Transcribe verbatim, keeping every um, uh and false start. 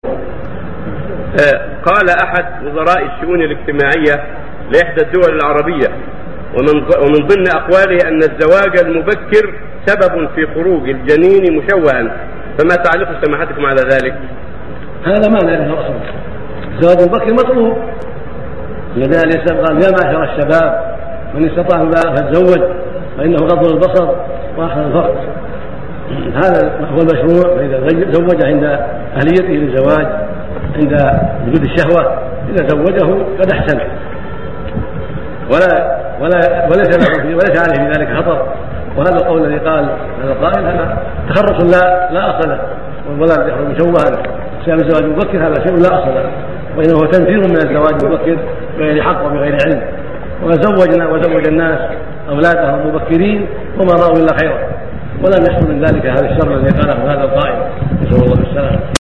قال أحد وزراء الشؤون الاجتماعية لإحدى الدول العربية ومن ضمن أقواله أن الزواج المبكر سبب في خروج الجنين مشوها، فما تعليق سماحتكم على ذلك؟ هذا ما نعرفه أصلا. الزواج المبكر مطلوب، لذلك قال يا معشر الشباب من استطاع الباء فاتزوج فإنه غض البصر وآخر الفرج. هذا هو المشروع، فإذا زوج عند أهليته للزواج عند وجود الشهوة إذا زوجه قد أحسن، ولا ولا وليس وليس عليه في ذلك خطر. وهذا القول الذي قال هذا القائل هذا تخرص لا لا أصل له، والولد يخرج مشوها بسبب الزواج المبكر، هذا شيء لا أصل له، وإنه تنفير من الزواج المبكر بغير حق وبغير علم. وزوجنا وزوج الناس أولادهم مبكرين وما رأوا إلا خيرا، ولم يحصل من ذلك هذا الشر الذي قاله هذا القائل، نسأل الله السلامة.